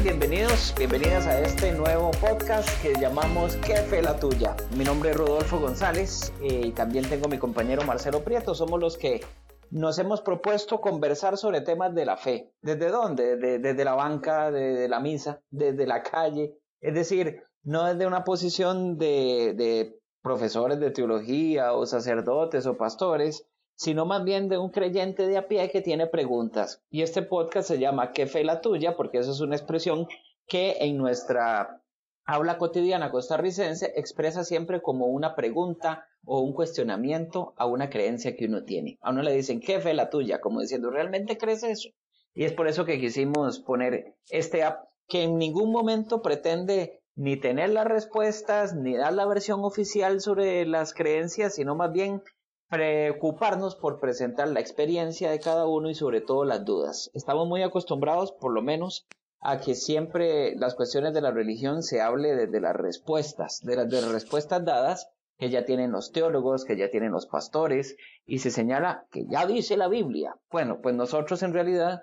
bienvenidas a este nuevo podcast que llamamos ¿Qué fe la tuya? Mi nombre es Rodolfo González y también tengo mi compañero Marcelo Prieto. Somos los que nos hemos propuesto conversar sobre temas de la fe. ¿Desde dónde? Desde la banca, desde la misa, desde la calle. Es decir, no desde una posición de profesores de teología o sacerdotes o pastores, sino más bien de un creyente de a pie que tiene preguntas. Y este podcast se llama ¿Qué fe la tuya? Porque esa es una expresión que en nuestra habla cotidiana costarricense expresa siempre como una pregunta o un cuestionamiento a una creencia que uno tiene. A uno le dicen ¿qué fe la tuya? Como diciendo ¿realmente crees eso? Y es por eso que quisimos poner este app que en ningún momento pretende ni tener las respuestas ni dar la versión oficial sobre las creencias, sino más bien preocuparnos por presentar la experiencia de cada uno y sobre todo las dudas. Estamos muy acostumbrados, por lo menos, a que siempre las cuestiones de la religión se hable desde las respuestas, de las respuestas dadas que ya tienen los teólogos, que ya tienen los pastores, y se señala que ya dice la Biblia. Bueno, pues nosotros en realidad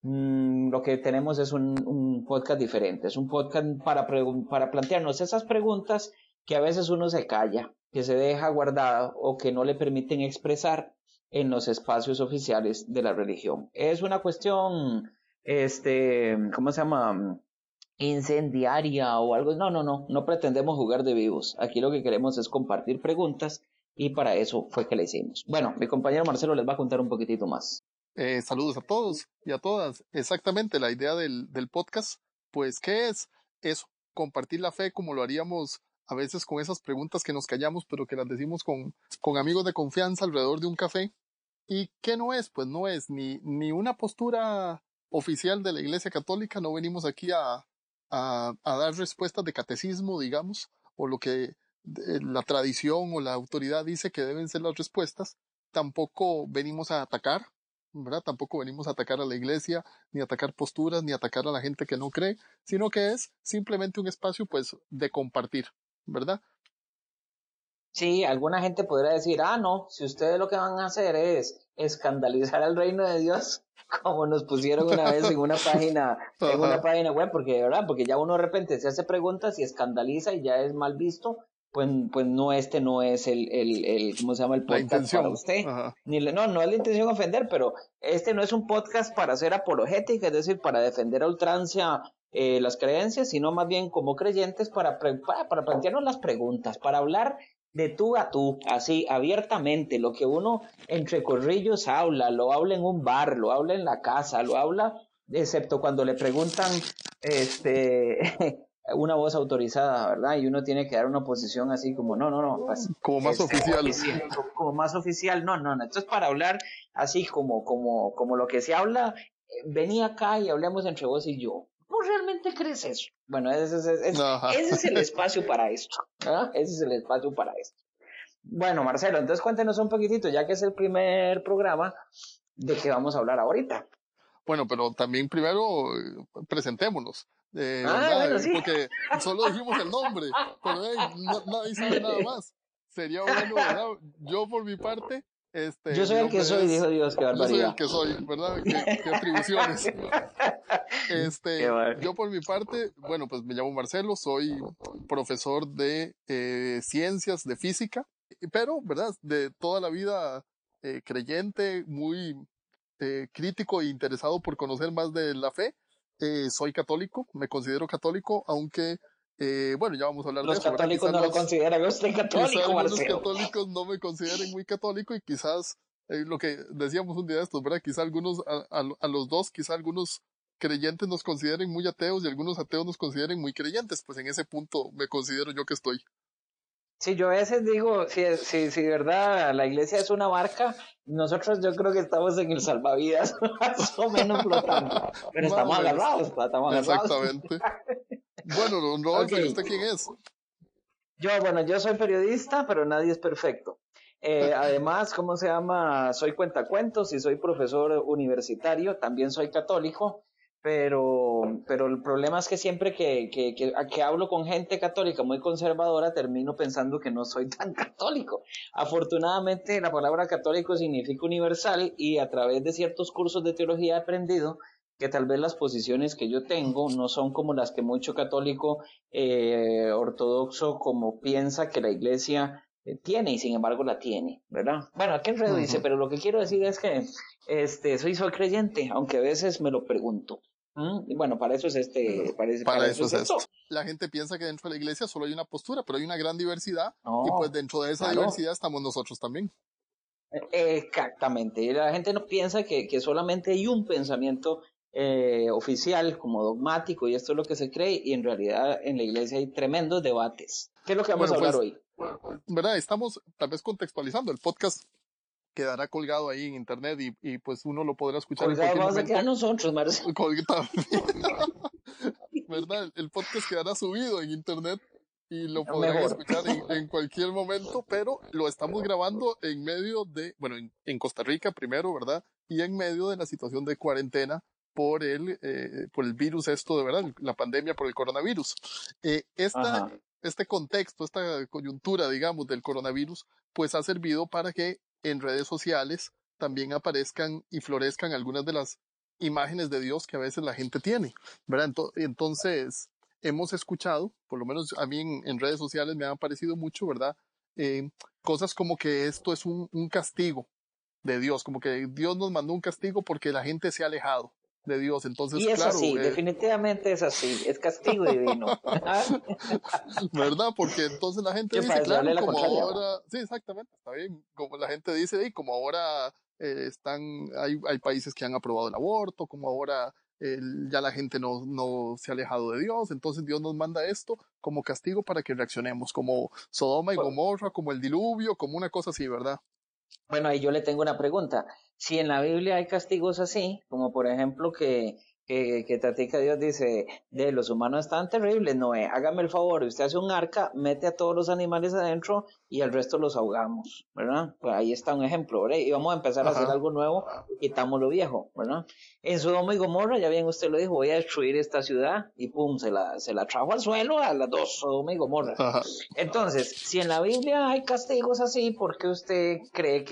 lo que tenemos es un podcast diferente, es un podcast para plantearnos esas preguntas que a veces uno se calla, que se deja guardado o que no le permiten expresar en los espacios oficiales de la religión. Es una cuestión, ¿cómo se llama? Incendiaria o algo. No pretendemos jugar de vivos. Aquí lo que queremos es compartir preguntas y para eso fue que le hicimos. Bueno, mi compañero Marcelo les va a contar un poquitito más. Saludos a todos y a todas. Exactamente, la idea del podcast, pues, ¿qué es? Eso, compartir la fe como lo haríamos a veces con esas preguntas que nos callamos, pero que las decimos con amigos de confianza alrededor de un café. ¿Y qué no es? Pues no es ni una postura oficial de la Iglesia Católica. No venimos aquí a dar respuestas de catecismo, digamos, o lo que la tradición o la autoridad dice que deben ser las respuestas. Tampoco venimos a atacar, ¿verdad? Tampoco venimos a atacar a la iglesia, ni a atacar posturas, ni a atacar a la gente que no cree, sino que es simplemente un espacio, pues, de compartir, ¿verdad? Sí, alguna gente podría decir, no, si ustedes lo que van a hacer es escandalizar al reino de Dios, como nos pusieron una vez en una página web, porque, ¿verdad? Porque ya uno de repente se hace preguntas y escandaliza y ya es mal visto, pues no, no es ¿cómo se llama? El podcast para usted. No es la intención ofender, pero este no es un podcast para hacer apologética, es decir, para defender a ultrancia las creencias, sino más bien como creyentes para plantearnos las preguntas, para hablar de tú a tú, así, abiertamente, lo que uno entre corrillos habla, lo habla en un bar, lo habla en la casa, lo habla, excepto cuando le preguntan, una voz autorizada, ¿verdad? Y uno tiene que dar una posición así como, no, pues, como más oficial. Como más oficial, no. Entonces, para hablar así como lo que se habla, vení acá y hablemos entre vos y yo. ¿Vos realmente crees eso? Bueno, ese es el espacio para esto. ¿Ah? Ese es el espacio para esto. Bueno, Marcelo, entonces cuéntenos un poquitito, ya que es el primer programa, de qué vamos a hablar ahorita. Bueno, pero también primero presentémonos. Bueno, sí. Porque solo dijimos el nombre, pero nadie sabe nada más. Sería bueno, ¿verdad? Yo por mi parte... yo soy el que soy, dijo Dios, qué barbaridad. Yo soy el que soy, ¿verdad? Qué atribuciones. Yo por mi parte, bueno, pues me llamo Marcelo, soy profesor de ciencias, de física, pero, ¿verdad? De toda la vida creyente, muy crítico e interesado por conocer más de la fe. Soy católico, me considero católico, aunque... bueno, ya vamos a hablar de eso. Los católicos no lo consideran usted católico, quizás algunos Marcelo. católicos no me consideren muy católico y quizás lo que decíamos un día de estos, ¿verdad? Quizás algunos, a los dos, quizás algunos creyentes nos consideren muy ateos y algunos ateos nos consideren muy creyentes. Pues en ese punto me considero yo que estoy. Sí, yo a veces digo, si de verdad la iglesia es una barca, nosotros yo creo que estamos en el salvavidas, más o menos flotando, pero estamos agarrados. Exactamente. Bueno, don Rodolfo, ¿y usted quién es? Yo soy periodista, pero nadie es perfecto. Además, ¿cómo se llama? Soy cuentacuentos y soy profesor universitario, también soy católico, pero el problema es que siempre que hablo con gente católica muy conservadora, termino pensando que no soy tan católico. Afortunadamente, la palabra católico significa universal y a través de ciertos cursos de teología he aprendido que tal vez las posiciones que yo tengo no son como las que mucho católico ortodoxo como piensa que la iglesia tiene y sin embargo la tiene, ¿verdad? Bueno, aquí enredo dice, Ujú. pero lo que quiero decir es que soy creyente, aunque a veces me lo pregunto. Y bueno, para eso es Para para eso eso es es esto. esto. La gente piensa que dentro de la iglesia solo hay una postura, pero hay una gran diversidad y pues No, dentro de esa claro. diversidad estamos nosotros también. Exactamente. La gente no piensa que solamente hay un pensamiento oficial como dogmático y esto es lo que se cree y en realidad en la iglesia hay tremendos debates. ¿Qué es lo que vamos a Bueno, hablar pues, hoy? ¿verdad? Estamos tal vez contextualizando. El podcast quedará colgado ahí en internet y pues uno lo podrá escuchar en Colgados cualquier vamos a quedar momento. nosotros, Marcelo. Colgado, ¿verdad? El podcast quedará subido en internet y lo podrán Mejor. escuchar en cualquier momento, pero lo estamos grabando en medio de, bueno, en Costa Rica primero, ¿verdad? Y en medio de la situación de cuarentena por el virus esto de verdad, la pandemia por el coronavirus. Ajá. Este contexto, esta coyuntura, digamos, del coronavirus, pues ha servido para que en redes sociales también aparezcan y florezcan algunas de las imágenes de Dios que a veces la gente tiene, ¿verdad? Entonces, hemos escuchado, por lo menos a mí en redes sociales me han parecido mucho, ¿verdad? Cosas como que esto es un castigo de Dios, como que Dios nos mandó un castigo porque la gente se ha alejado de Dios. Entonces, Y es claro, así, definitivamente es así, es castigo divino. ¿verdad? Porque entonces la gente Yo dice, para claro, llevarle la como contraria. ahora, sí, exactamente, está bien, como la gente dice, y como ahora hay países que han aprobado el aborto, como ahora ya la gente no se ha alejado de Dios, entonces Dios nos manda esto como castigo para que reaccionemos, como Sodoma y Gomorra, como el diluvio, como una cosa así, ¿verdad? Bueno, ahí yo le tengo una pregunta. Si en la Biblia hay castigos así, como por ejemplo que Tatica Dios dice, de los humanos están terribles, Noé, hágame el favor, usted hace un arca, mete a todos los animales adentro y el resto los ahogamos, ¿verdad? Pues ahí está un ejemplo, ¿verdad? Y vamos a empezar a hacer Ajá, algo nuevo, quitamos lo viejo, ¿verdad? En Sodoma y Gomorra, ya bien usted lo dijo, voy a destruir esta ciudad y pum, se la trajo al suelo a las dos, Sodoma y Gomorra. ajá. Entonces, si en la Biblia hay castigos así, ¿por qué usted cree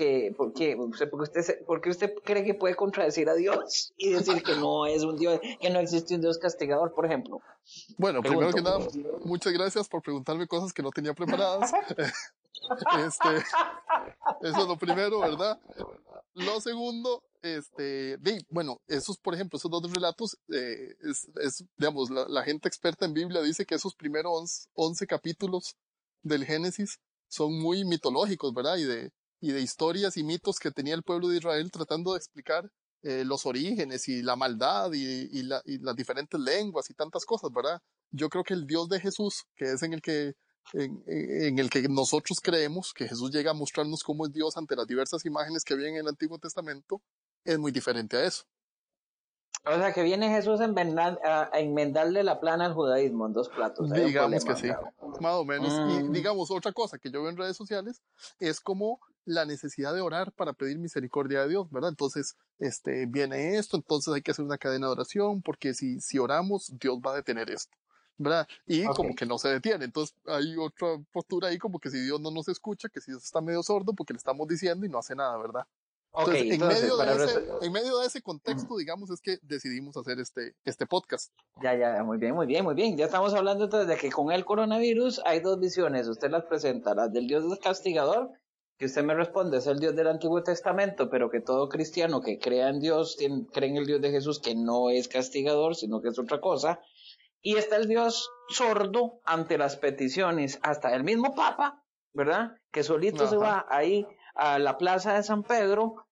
por qué usted cree que puede contradecir a Dios y decir que no es un Dios, que no existe un Dios castigador, por ejemplo? Bueno, primero Pregunto. que nada, muchas gracias por preguntarme cosas que no tenía preparadas. Este, eso es lo primero, ¿verdad? Lo segundo, bueno, esos, por ejemplo, esos dos relatos, digamos, la gente experta en Biblia dice que esos primeros 11 capítulos del Génesis son muy mitológicos, ¿verdad? Y de historias y mitos que tenía el pueblo de Israel tratando de explicar los orígenes y la maldad y las diferentes lenguas y tantas cosas, ¿verdad? Yo creo que el Dios de Jesús, que es en el que nosotros creemos, que Jesús llega a mostrarnos cómo es Dios ante las diversas imágenes que había en el Antiguo Testamento, es muy diferente a eso. O sea, que viene Jesús a enmendarle la plana al judaísmo en dos platos. Hay un Digamos que problema, sí, ¿verdad? más o menos. Y Mm, digamos, otra cosa que yo veo en redes sociales es como la necesidad de orar para pedir misericordia de Dios, ¿verdad? Entonces, viene esto, entonces hay que hacer una cadena de oración, porque si oramos, Dios va a detener esto, ¿verdad? Y ok. como que no se detiene. Entonces, hay otra postura ahí como que si Dios no nos escucha, que si Dios está medio sordo porque le estamos diciendo y no hace nada, ¿verdad? Ok, Entonces, entonces, en medio de ese contexto, digamos, es que decidimos hacer este podcast. ya, ya, muy bien, muy bien, muy bien. Ya estamos hablando entonces de que con el coronavirus hay dos visiones. Usted las presenta, las del Dios castigador, que usted me responde es el Dios del Antiguo Testamento, pero que todo cristiano que crea en Dios, cree en el Dios de Jesús, que no es castigador, sino que es otra cosa. Y está el Dios sordo ante las peticiones, hasta el mismo Papa, ¿verdad? Que solito se Ajá. va ahí a la plaza de San Pedro,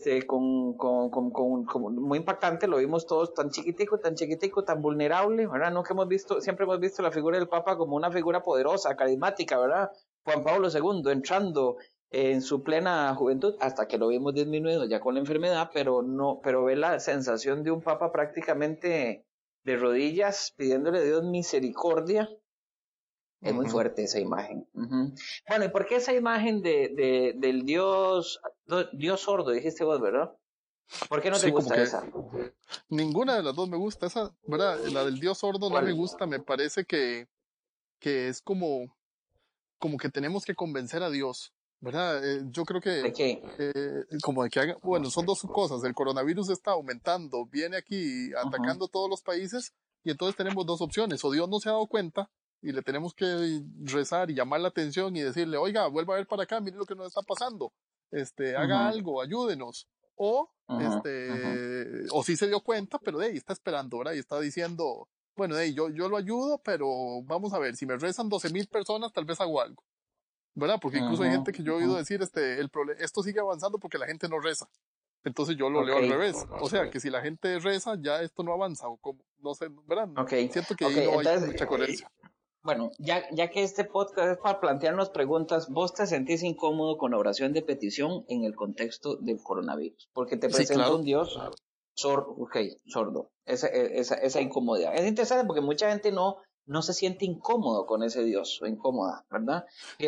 muy impactante, lo vimos todos tan chiquitico, tan vulnerable, ¿verdad? No que hemos visto, siempre hemos visto la figura del Papa como una figura poderosa, carismática, ¿verdad? Juan Pablo II entrando en su plena juventud, hasta que lo vimos disminuido ya con la enfermedad, pero no, pero ve la sensación de un Papa prácticamente de rodillas pidiéndole a Dios misericordia. Es muy Ujú. fuerte esa imagen. Ujú. Bueno, ¿y por qué esa imagen del Dios sordo, dijiste vos, ¿verdad? ¿Por qué no te Sí, como gusta que esa? ninguna de las dos me gusta. Esa, ¿verdad? La del Dios sordo no me ¿Cuál? gusta. Me parece que es como que tenemos que convencer a Dios, ¿verdad? Yo creo que ¿De qué? como de que haga, bueno, son dos cosas. El coronavirus está aumentando, viene aquí Ujú, atacando todos los países y entonces tenemos dos opciones. O Dios no se ha dado cuenta y le tenemos que rezar y llamar la atención y decirle, oiga, vuelva a ver para acá, mire lo que nos está pasando. Haga ujú, algo, ayúdenos. O, ujú, ujú, o sí se dio cuenta, pero de ahí está esperando, ¿verdad? Y está diciendo, bueno, de ahí yo lo ayudo, pero vamos a ver, si me rezan 12,000 personas, tal vez hago algo. ¿Verdad? Porque incluso hay ujú, gente que yo he ujú. oído decir, esto sigue avanzando porque la gente no reza. Entonces yo lo Ok, leo al revés. O sea, que si la gente reza, ya esto no avanza, o como, no sé, ¿verdad? ok, Siento que ok. ahí no hay Entonces, mucha coherencia. bueno, ya que este podcast es para plantearnos preguntas, ¿vos te sentís incómodo con la oración de petición en el contexto del coronavirus? Porque te Sí, presenta claro. un Dios sordo, ok, sordo, esa incomodidad. Es interesante porque mucha gente no se siente incómodo con ese Dios o incómoda, ¿verdad?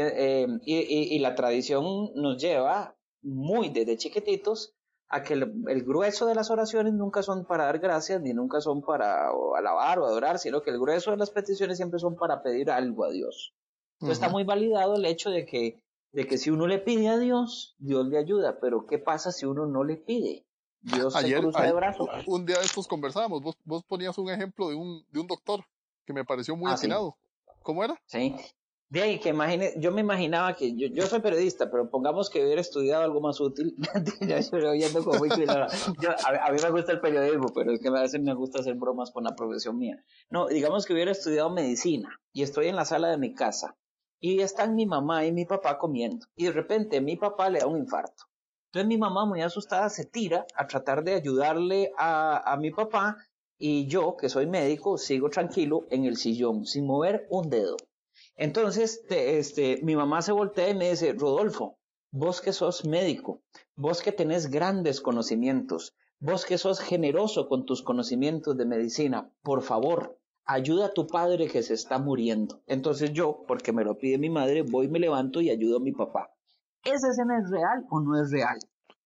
Y la tradición nos lleva muy desde chiquititos a que el grueso de las oraciones nunca son para dar gracias ni nunca son para alabar o adorar, sino que el grueso de las peticiones siempre son para pedir algo a Dios. Entonces está Ujú. muy validado el hecho de que si uno le pide a Dios, Dios le ayuda, pero ¿qué pasa si uno no le pide? Dios se Ayer, cruza de brazos. un día de estos conversábamos, vos ponías un ejemplo de un doctor que me pareció muy Ah, sí, atinado. ¿Cómo era? sí. De ahí que yo me imaginaba que yo soy periodista, pero pongamos que hubiera estudiado algo más útil. Yo estoy oyendo como muy cuidado. A mí me gusta el periodismo, pero es que a veces me gusta hacer bromas con la profesión mía. No, digamos que hubiera estudiado medicina y estoy en la sala de mi casa y están mi mamá y mi papá comiendo y de repente mi papá le da un infarto. Entonces mi mamá muy asustada se tira a tratar de ayudarle a mi papá y yo, que soy médico, sigo tranquilo en el sillón sin mover un dedo. Entonces, mi mamá se voltea y me dice, Rodolfo, vos que sos médico, vos que tenés grandes conocimientos, vos que sos generoso con tus conocimientos de medicina, por favor, ayuda a tu padre que se está muriendo. Entonces yo, porque me lo pide mi madre, voy, me levanto y ayudo a mi papá. ¿Esa escena es real o no es real?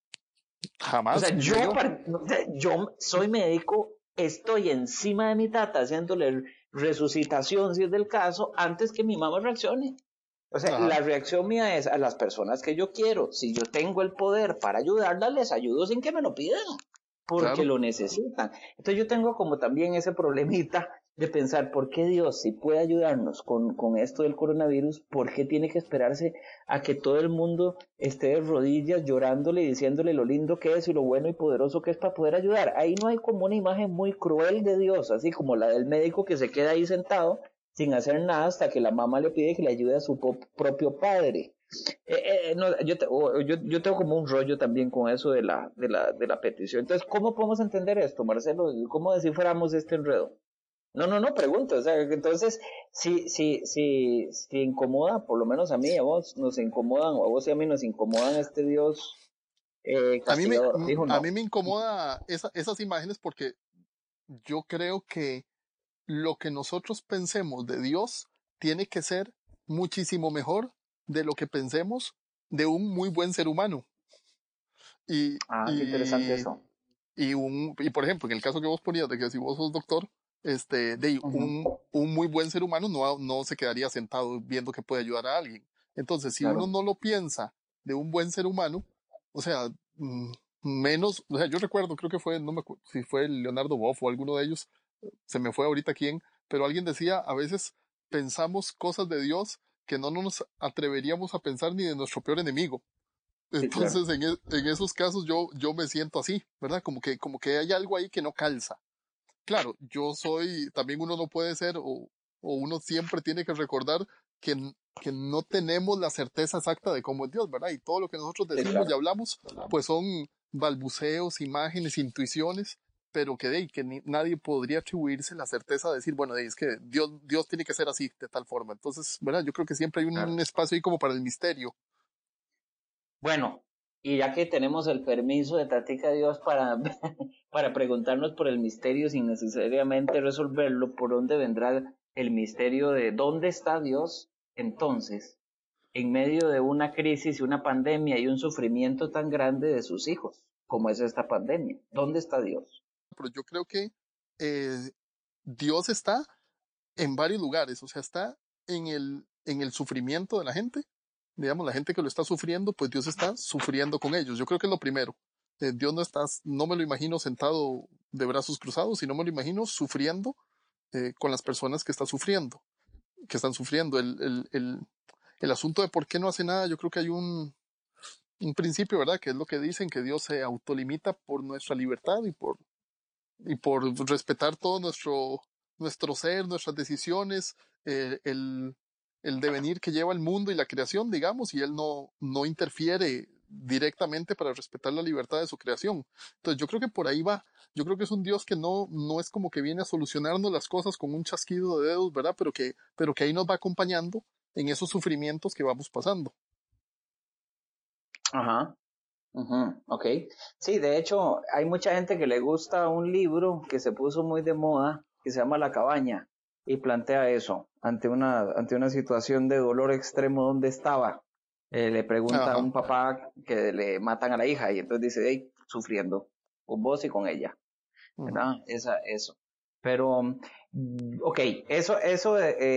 O Jamás, sea, diría yo. yo soy médico, estoy encima de mi tata haciéndole resucitación, si es del caso, antes que mi mamá reaccione. O sea, Ajá, la reacción mía es a las personas que yo quiero. Si yo tengo el poder para ayudarlas, les ayudo sin que me lo pidan, porque claro. lo necesitan. Entonces yo tengo como también ese problemita de pensar, ¿por qué Dios, si puede ayudarnos con esto del coronavirus, por qué tiene que esperarse a que todo el mundo esté de rodillas llorándole y diciéndole lo lindo que es y lo bueno y poderoso que es para poder ayudar? Ahí no hay como una imagen muy cruel de Dios, así como la del médico que se queda ahí sentado sin hacer nada hasta que la mamá le pide que le ayude a su propio padre. No, yo tengo como un rollo también con eso de la petición. Entonces, ¿cómo podemos entender esto, Marcelo? ¿Cómo desciframos este enredo? No, pregunto. O sea, entonces, si incomoda, por lo menos a mí y a vos nos incomodan, o a vos y a mí nos incomodan este Dios castigador. Fijo, A no. mí me incomoda esas imágenes porque yo creo que lo que nosotros pensemos de Dios tiene que ser muchísimo mejor de lo que pensemos de un muy buen ser humano. Y, Ah, qué interesante y, eso. y por ejemplo, en el caso que vos ponías de que si vos sos doctor, Ujú, un muy buen ser humano no se quedaría sentado viendo que puede ayudar a alguien. Entonces, si uno claro. no lo piensa de un buen ser humano, o sea, menos, o sea, yo recuerdo, creo que fue, no me acuerdo si fue Leonardo Boff o alguno de ellos, se me fue ahorita quién, pero alguien decía, a veces pensamos cosas de Dios que no nos atreveríamos a pensar ni de nuestro peor enemigo. Sí, claro. Entonces, en esos casos yo me siento así, ¿verdad? Como que hay algo ahí que no calza. Claro, yo soy, también uno no puede ser, o uno siempre tiene que recordar que, que no tenemos la certeza exacta de cómo es Dios, ¿verdad? Y todo lo que nosotros Sí, decimos y claro. hablamos, pues son balbuceos, imágenes, intuiciones, pero que nadie podría atribuirse la certeza de decir, bueno, es que Dios tiene que ser así, de tal forma. Entonces, ¿verdad? Yo creo que siempre hay un Claro. espacio ahí como para el misterio. Bueno, y ya que tenemos el permiso de Tatica Dios para, para preguntarnos por el misterio sin necesariamente resolverlo, ¿por dónde vendrá el misterio de dónde está Dios entonces, en medio de una crisis y una pandemia y un sufrimiento tan grande de sus hijos, como es esta pandemia? ¿Dónde está Dios? Pero yo creo que eh, Dios está en varios lugares, o sea, está en el sufrimiento de la gente, digamos, la gente que lo está sufriendo, pues Dios está sufriendo con ellos. Yo creo que es lo primero. Dios no me lo imagino sentado de brazos cruzados, sino me lo imagino sufriendo con las personas que están sufriendo. El asunto de por qué no hace nada, yo creo que hay un principio, ¿verdad? Que es lo que dicen, que Dios se autolimita por nuestra libertad y por respetar todo nuestro ser, nuestras decisiones, eh, el, el devenir que lleva el mundo y la creación, digamos, y Él no interfiere directamente para respetar la libertad de su creación. Entonces yo creo que por ahí va. Yo creo que es un Dios que no es como que viene a solucionarnos las cosas con un chasquido de dedos, ¿verdad? Pero que ahí nos va acompañando en esos sufrimientos que vamos pasando. Ajá. Ok. Sí, de hecho, hay mucha gente que le gusta un libro que se puso muy de moda, que se llama La cabaña, y plantea eso, ante una situación de dolor extremo donde estaba. Le pregunta a Ajá. un papá que le matan a la hija, y entonces dice, hey, sufriendo, con vos y con ella, Ujú. ¿verdad? Eso. Pero, ok, eso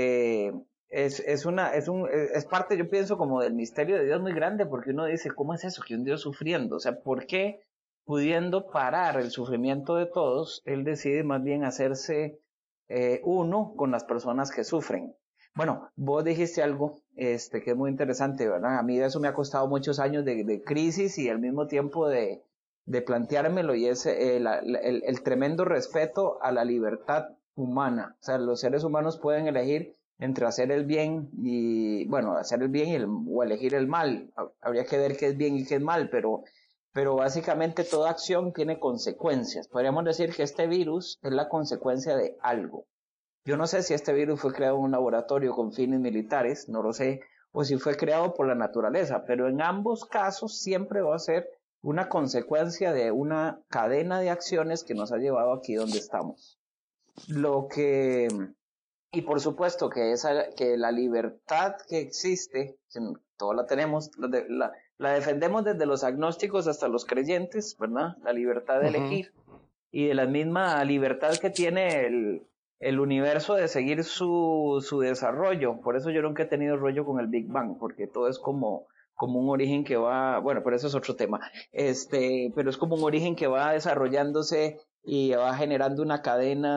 es parte, yo pienso, como del misterio de Dios muy grande, porque uno dice, ¿cómo es eso? Que un Dios sufriendo, o sea, ¿por qué pudiendo parar el sufrimiento de todos, Él decide más bien hacerse uno con las personas que sufren? Bueno, vos dijiste algo que es muy interesante, ¿verdad? A mí eso me ha costado muchos años de crisis y al mismo tiempo de planteármelo, y es el tremendo respeto a la libertad humana. O sea, los seres humanos pueden elegir entre hacer el bien y, bueno, hacer el bien o elegir el mal. Habría que ver qué es bien y qué es mal, pero básicamente toda acción tiene consecuencias. Podríamos decir que este virus es la consecuencia de algo. Yo no sé si este virus fue creado en un laboratorio con fines militares, no lo sé, o si fue creado por la naturaleza, pero en ambos casos siempre va a ser una consecuencia de una cadena de acciones que nos ha llevado aquí donde estamos. Lo que, y por supuesto que la libertad que existe, todos la tenemos, la defendemos desde los agnósticos hasta los creyentes, ¿verdad? La libertad de Ujú. elegir y de la misma libertad que tiene el universo de seguir su desarrollo. Por eso yo nunca he tenido rollo con el Big Bang, porque todo es como un origen que va, bueno, pero eso es otro tema, pero es como un origen que va desarrollándose y va generando una cadena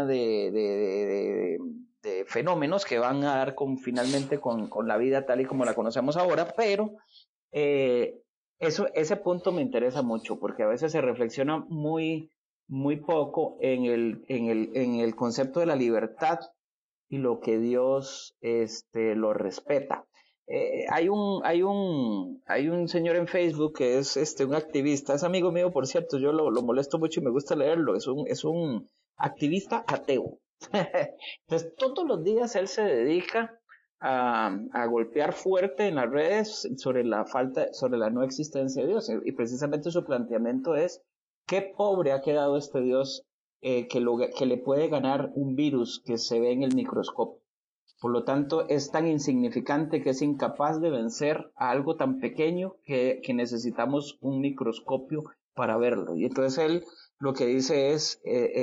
de fenómenos que van a dar finalmente con la vida tal y como la conocemos ahora, pero eh, ese punto me interesa mucho porque a veces se reflexiona muy poco en el concepto de la libertad y lo que Dios lo respeta. Hay un señor en Facebook que es un activista, es amigo mío, por cierto, yo lo molesto mucho y me gusta leerlo, es un activista ateo. Entonces, todos los días él se dedica a golpear fuerte en las redes sobre la no existencia de Dios. Y precisamente su planteamiento es, qué pobre ha quedado este Dios que le puede ganar un virus que se ve en el microscopio. Por lo tanto, es tan insignificante que es incapaz de vencer a algo tan pequeño que necesitamos un microscopio para verlo. Y entonces él lo que dice es,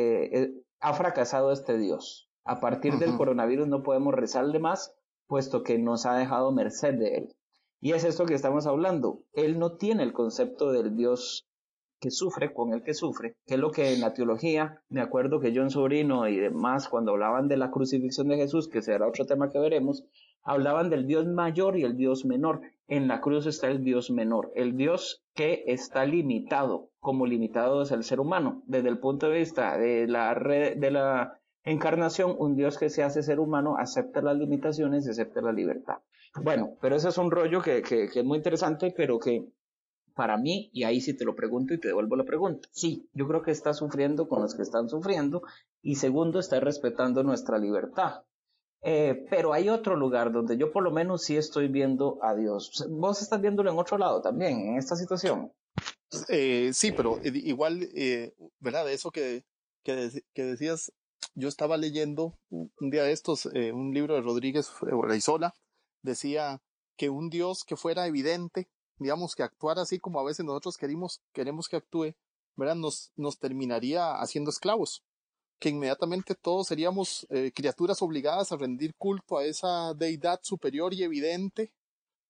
ha fracasado este Dios. A partir del Ujú. coronavirus no podemos rezarle más, puesto que nos ha dejado merced de él. Y es esto que estamos hablando. Él no tiene el concepto del Dios que sufre con el que sufre, que es lo que en la teología, me acuerdo que John Sobrino y demás, cuando hablaban de la crucifixión de Jesús, que será otro tema que veremos, hablaban del Dios mayor y el Dios menor. En la cruz está el Dios menor, el Dios que está limitado, como limitado es el ser humano, desde el punto de vista de la encarnación, un Dios que se hace ser humano acepta las limitaciones y acepta la libertad. Bueno, pero ese es un rollo que es muy interesante, pero que para mí, y ahí sí te lo pregunto y te devuelvo la pregunta, sí, yo creo que está sufriendo con los que están sufriendo y segundo, está respetando nuestra libertad. Pero hay otro lugar donde yo por lo menos sí estoy viendo a Dios. Vos estás viéndolo en otro lado también, en esta situación. Sí, pero igual, ¿verdad? De eso que decías, yo estaba leyendo un día de estos, un libro de Rodríguez Uraizola, decía que un Dios que fuera evidente, digamos, que actuara así como a veces nosotros queremos que actúe, ¿verdad? Nos terminaría haciendo esclavos, que inmediatamente todos seríamos criaturas obligadas a rendir culto a esa deidad superior y evidente,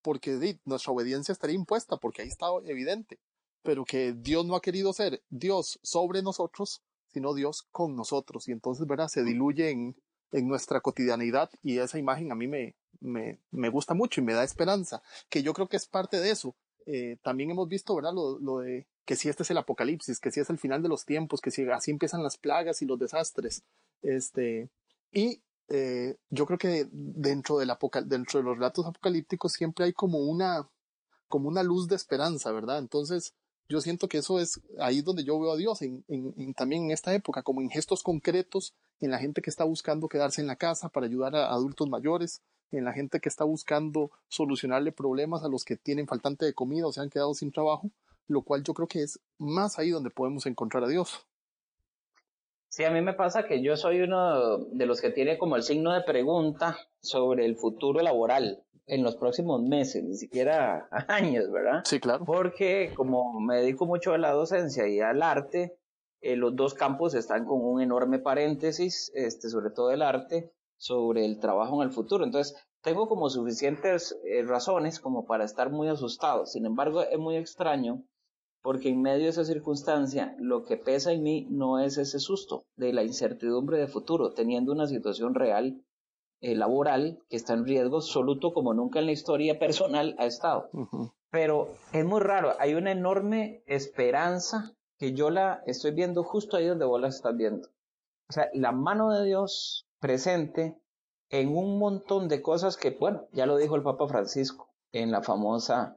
porque nuestra obediencia estaría impuesta, porque ahí está evidente, pero que Dios no ha querido ser Dios sobre nosotros, sino Dios con nosotros, y entonces, ¿verdad? Se diluye en nuestra cotidianidad, y esa imagen a mí me gusta mucho y me da esperanza, que yo creo que es parte de eso. También hemos visto, ¿verdad? Lo de que si este es el apocalipsis, que si es el final de los tiempos, que si así empiezan las plagas y los desastres. Y yo creo que dentro de los relatos apocalípticos siempre hay como una luz de esperanza, ¿verdad? Entonces, yo siento que eso es ahí donde yo veo a Dios, también en esta época, como en gestos concretos, en la gente que está buscando quedarse en la casa para ayudar a adultos mayores, en la gente que está buscando solucionarle problemas a los que tienen faltante de comida o se han quedado sin trabajo, lo cual yo creo que es más ahí donde podemos encontrar a Dios. Sí, a mí me pasa que yo soy uno de los que tiene como el signo de pregunta sobre el futuro laboral en los próximos meses, ni siquiera años, ¿verdad? Sí, claro. Porque como me dedico mucho a la docencia y al arte, los dos campos están con un enorme paréntesis, sobre todo el arte, sobre el trabajo en el futuro. Entonces, tengo como suficientes razones como para estar muy asustado. Sin embargo, es muy extraño porque en medio de esa circunstancia lo que pesa en mí no es ese susto de la incertidumbre de futuro, teniendo una situación real laboral que está en riesgo absoluto como nunca en la historia personal ha estado. Uh-huh. Pero es muy raro, hay una enorme esperanza que yo la estoy viendo justo ahí donde vos la estás viendo. O sea, la mano de Dios presente en un montón de cosas que, bueno, ya lo dijo el Papa Francisco en la famosa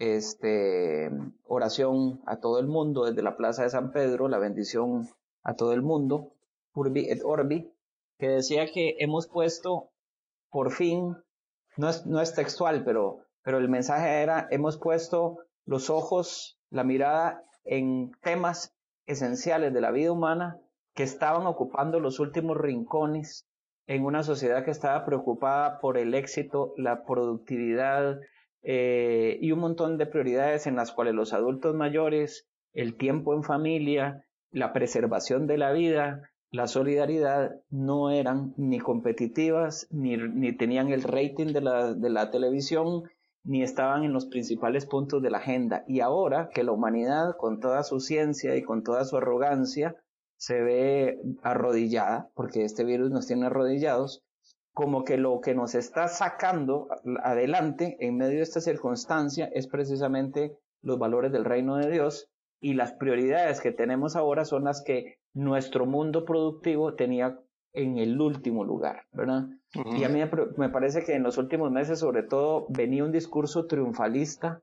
oración a todo el mundo desde la Plaza de San Pedro, la bendición a todo el mundo, Urbi et Orbi, que decía que hemos puesto por fin, no es textual, pero el mensaje era, hemos puesto los ojos, la mirada en temas esenciales de la vida humana que estaban ocupando los últimos rincones en una sociedad que estaba preocupada por el éxito, la productividad y un montón de prioridades en las cuales los adultos mayores, el tiempo en familia, la preservación de la vida, la solidaridad no eran ni competitivas, ni tenían el rating de la televisión, ni estaban en los principales puntos de la agenda. Y ahora que la humanidad, con toda su ciencia y con toda su arrogancia, se ve arrodillada, porque este virus nos tiene arrodillados, como que lo que nos está sacando adelante en medio de esta circunstancia es precisamente los valores del reino de Dios, y las prioridades que tenemos ahora son las que nuestro mundo productivo tenía en el último lugar, ¿verdad? Uh-huh. Y a mí me parece que en los últimos meses, sobre todo, venía un discurso triunfalista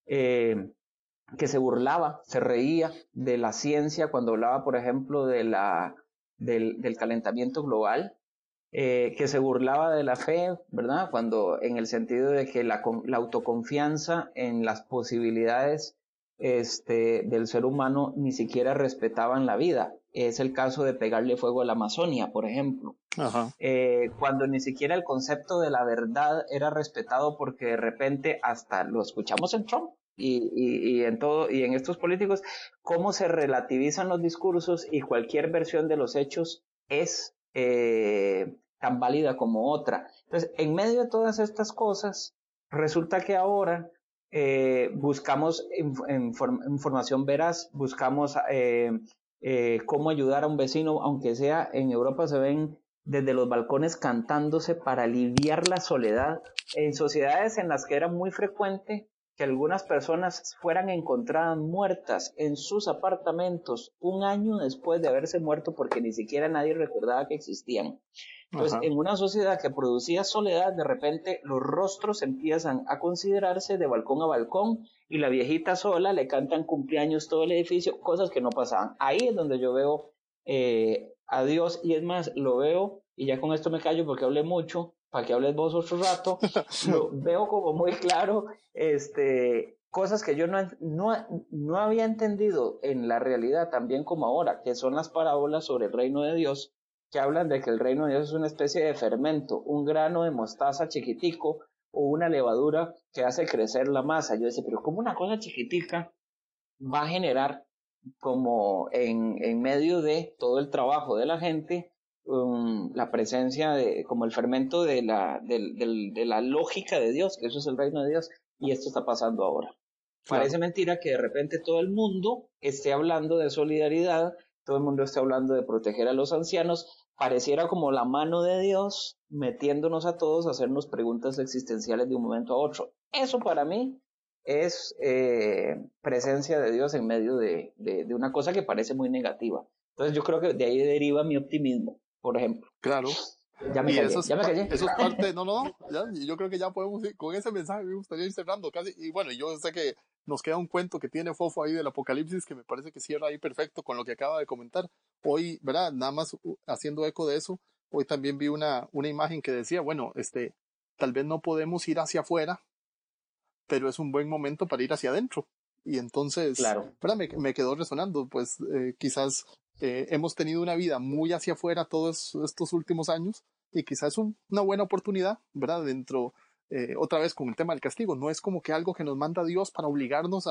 que se burlaba, se reía de la ciencia cuando hablaba, por ejemplo, del calentamiento global, que se burlaba de la fe, ¿verdad? Cuando en el sentido de que la autoconfianza en las posibilidades del ser humano ni siquiera respetaban la vida. Es el caso de pegarle fuego a la Amazonia, por ejemplo. Ajá. Cuando ni siquiera el concepto de la verdad era respetado, porque de repente hasta lo escuchamos en Trump y en todo, y en estos políticos, cómo se relativizan los discursos y cualquier versión de los hechos es tan válida como otra. Entonces, en medio de todas estas cosas, resulta que ahora buscamos información veraz, buscamos cómo ayudar a un vecino, aunque sea en Europa se ven desde los balcones cantándose para aliviar la soledad, en sociedades en las que era muy frecuente que algunas personas fueran encontradas muertas en sus apartamentos un año después de haberse muerto porque ni siquiera nadie recordaba que existían. Entonces, en una sociedad que producía soledad, de repente los rostros empiezan a considerarse de balcón a balcón y la viejita sola le cantan cumpleaños todo el edificio, cosas que no pasaban. Ahí es donde yo veo a Dios, y es más, lo veo, y ya con esto me callo porque hablé mucho, para que hables vos otro rato, lo veo como muy claro, cosas que yo no había entendido en la realidad también como ahora, que son las parábolas sobre el reino de Dios, que hablan de que el reino de Dios es una especie de fermento, un grano de mostaza chiquitico o una levadura que hace crecer la masa. Yo decía, pero ¿cómo una cosa chiquitica va a generar, como en medio de todo el trabajo de la gente, la presencia de, como el fermento de la lógica de Dios, que eso es el reino de Dios? y esto está pasando ahora. Claro. Parece mentira que de repente todo el mundo esté hablando de solidaridad, todo el mundo esté hablando de proteger a los ancianos, pareciera como la mano de Dios metiéndonos a todos a hacernos preguntas existenciales de un momento a otro. Eso para mí es presencia de Dios en medio de una cosa que parece muy negativa. Entonces yo creo que de ahí deriva mi optimismo, por ejemplo. Claro. Ya me Y callé, ya me callé. eso es parte, no, ya, yo creo que ya podemos ir, con ese mensaje me gustaría ir cerrando casi, y bueno, yo sé que nos queda un cuento que tiene Fofo ahí del Apocalipsis que me parece que cierra ahí perfecto con lo que acaba de comentar. Hoy, ¿verdad? Nada más haciendo eco de eso, hoy también vi una imagen que decía, bueno, tal vez no podemos ir hacia afuera, pero es un buen momento para ir hacia adentro. Y entonces, Claro. ¿verdad? Me quedó resonando, pues quizás hemos tenido una vida muy hacia afuera todos estos últimos años y quizás es una buena oportunidad, ¿verdad? Dentro, otra vez con el tema del castigo, no es como que algo que nos manda Dios para obligarnos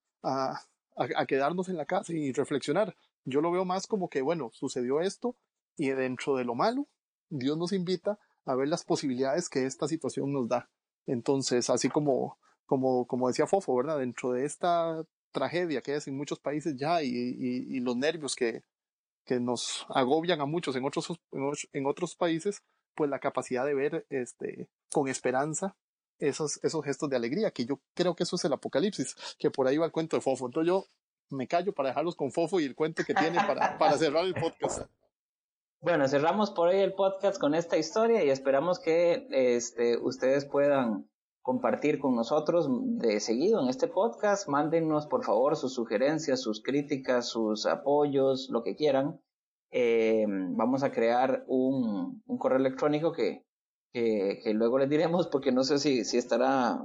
a quedarnos en la casa y reflexionar. Yo lo veo más como que, bueno, sucedió esto y dentro de lo malo, Dios nos invita a ver las posibilidades que esta situación nos da. Entonces, así como decía Fofo, ¿verdad? Dentro de esta tragedia que es en muchos países ya y los nervios que nos agobian a muchos en otros países, pues la capacidad de ver con esperanza esos gestos de alegría, que yo creo que eso es el apocalipsis, que por ahí va el cuento de Fofo. Entonces yo me callo para dejarlos con Fofo y el cuento que tiene para cerrar el podcast. Bueno, cerramos por hoy el podcast con esta historia y esperamos que ustedes puedan compartir con nosotros de seguido en este podcast. Mándennos por favor sus sugerencias, sus críticas, sus apoyos, lo que quieran. Vamos a crear un correo electrónico que luego les diremos porque no sé si estará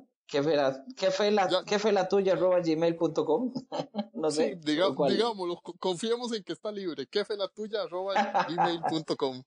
qué fue la tuya @gmail.com. No Sí, sé cuál. digámoslo, confiemos en que está libre. Quefelatuya@gmail.com.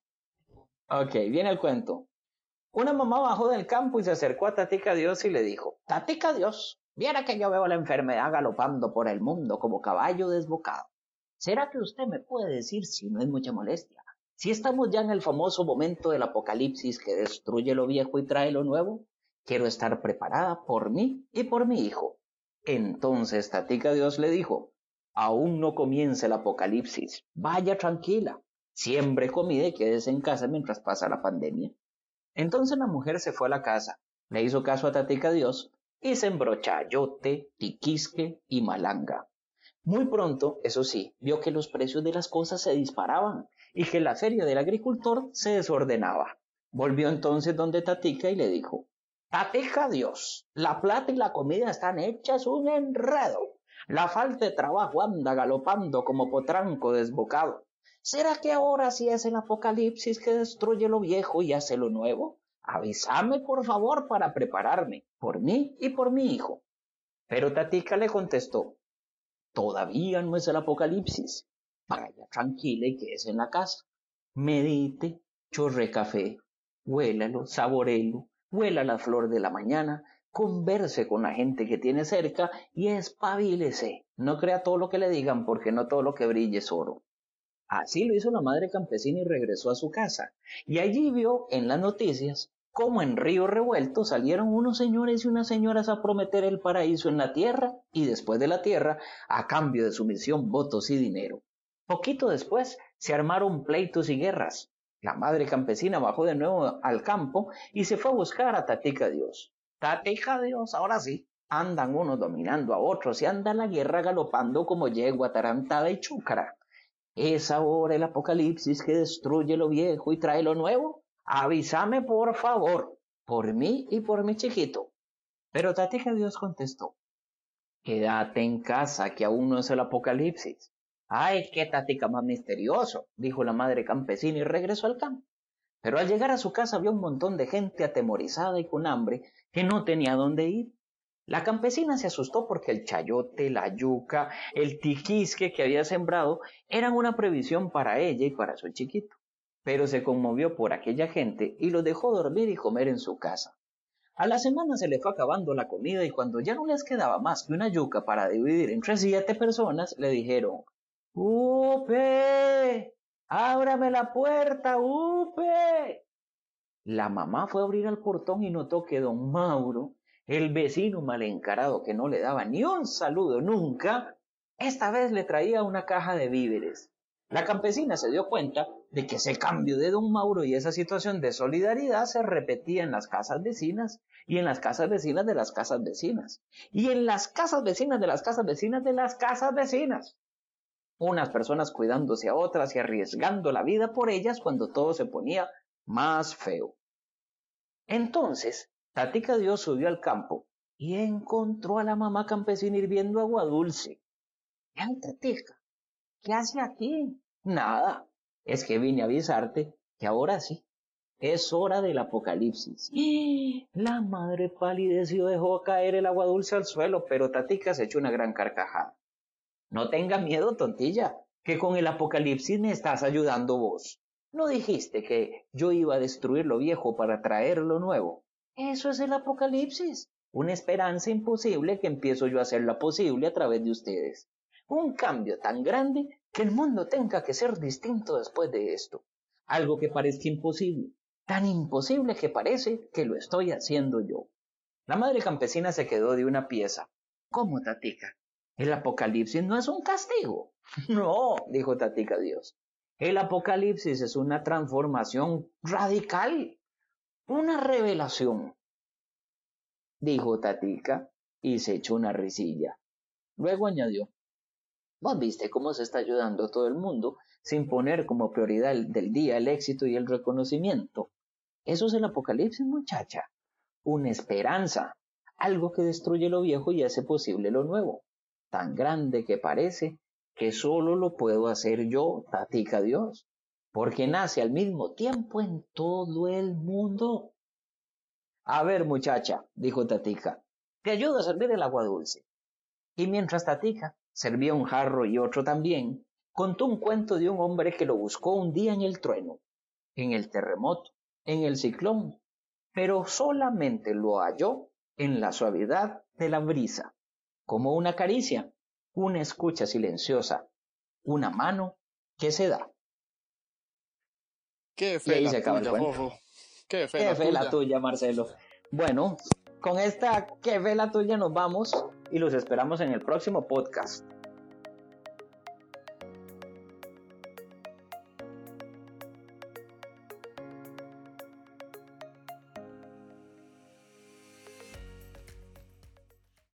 Ok, viene el cuento. Una mamá bajó del campo y se acercó a Tatica Dios y le dijo: Tatica Dios, viera que yo veo la enfermedad galopando por el mundo como caballo desbocado. ¿Será que usted me puede decir, si no es mucha molestia, si estamos ya en el famoso momento del apocalipsis que destruye lo viejo y trae lo nuevo? Quiero estar preparada por mí y por mi hijo. Entonces Tatica Dios le dijo: aún no comienza el apocalipsis, vaya tranquila, siembre comida y quédese en casa mientras pasa la pandemia. Entonces la mujer se fue a la casa, le hizo caso a Tatica Dios y sembró chayote, tiquisque y malanga. Muy pronto, eso sí, vio que los precios de las cosas se disparaban y que la feria del agricultor se desordenaba. Volvió entonces donde Tatica y le dijo: Tatica Dios, la plata y la comida están hechas un enredo. La falta de trabajo anda galopando como potranco desbocado. ¿Será que ahora sí es el apocalipsis que destruye lo viejo y hace lo nuevo? Avísame por favor para prepararme, por mí y por mi hijo. Pero Tatica le contestó: todavía no es el apocalipsis. Vaya tranquila y quédese en la casa. Medite, chorre café, huélalo, saborelo, huela la flor de la mañana, converse con la gente que tiene cerca y espabilese. No crea todo lo que le digan porque no todo lo que brille es oro. Así lo hizo la madre campesina y regresó a su casa. Y allí vio en las noticias cómo en Río Revuelto salieron unos señores y unas señoras a prometer el paraíso en la tierra y después de la tierra, a cambio de sumisión, votos y dinero. Poquito después se armaron pleitos y guerras. La madre campesina bajó de nuevo al campo y se fue a buscar a Tatica Dios. Tatica Dios, ahora sí. Andan unos dominando a otros y anda la guerra galopando como yegua atarantada y chúcara. ¿Es ahora el apocalipsis que destruye lo viejo y trae lo nuevo? Avísame por favor, por mí y por mi chiquito. Pero Tatica Dios contestó: quédate en casa, que aún no es el apocalipsis. Ay, qué Tatica más misterioso, dijo la madre campesina y regresó al campo. Pero al llegar a su casa vio un montón de gente atemorizada y con hambre que no tenía dónde ir. La campesina se asustó porque el chayote, la yuca, el tiquisque que había sembrado eran una previsión para ella y para su chiquito. Pero se conmovió por aquella gente y los dejó dormir y comer en su casa. A la semana se le fue acabando la comida y cuando ya no les quedaba más que una yuca para dividir entre 7 personas, le dijeron: ¡Upe! ¡Ábrame la puerta, Upe! La mamá fue a abrir el portón y notó que don Mauro El vecino mal encarado que no le daba ni un saludo nunca, esta vez le traía una caja de víveres. La campesina se dio cuenta de que ese cambio de don Mauro y esa situación de solidaridad se repetía en las casas vecinas y en las casas vecinas de las casas vecinas y en las casas vecinas de las casas vecinas de las casas vecinas. Unas personas cuidándose a otras y arriesgando la vida por ellas cuando todo se ponía más feo. Entonces, Tatica Dios subió al campo y encontró a la mamá campesina hirviendo agua dulce. ¡Ay, Tatica! ¿Qué hace aquí? Nada, es que vine a avisarte que ahora sí, es hora del apocalipsis. ¡Y! La madre palideció, dejó caer el agua dulce al suelo, pero Tatica se echó una gran carcajada. No tenga miedo, tontilla, que con el apocalipsis me estás ayudando vos. ¿No dijiste que yo iba a destruir lo viejo para traer lo nuevo? Eso es el apocalipsis, una esperanza imposible que empiezo yo a hacerla posible a través de ustedes. Un cambio tan grande que el mundo tenga que ser distinto después de esto. Algo que parezca imposible, tan imposible que parece que lo estoy haciendo yo. La madre campesina se quedó de una pieza. ¿Cómo, Tatica? ¿El apocalipsis no es un castigo? No, dijo Tatica Dios. El apocalipsis es una transformación radical, una revelación, dijo Tatica y se echó una risilla. Luego añadió, ¿vos viste cómo se está ayudando a todo el mundo sin poner como prioridad del día el éxito y el reconocimiento? Eso es el apocalipsis, muchacha. Una esperanza, algo que destruye lo viejo y hace posible lo nuevo. Tan grande que parece que solo lo puedo hacer yo, Tatica Dios, porque nace al mismo tiempo en todo el mundo. A ver, muchacha, dijo Tatica, te ayudo a servir el agua dulce. Y mientras Tatica servía un jarro y otro también, contó un cuento de un hombre que lo buscó un día en el trueno, en el terremoto, en el ciclón, pero solamente lo halló en la suavidad de la brisa, como una caricia, una escucha silenciosa, una mano que se da. Qué Y fe ahí la se acaba el tuya, cuento. Fofo. Qué fe Qué la fe la tuya. tuya, Marcelo. Bueno, con esta qué fe la tuya nos vamos y los esperamos en el próximo podcast.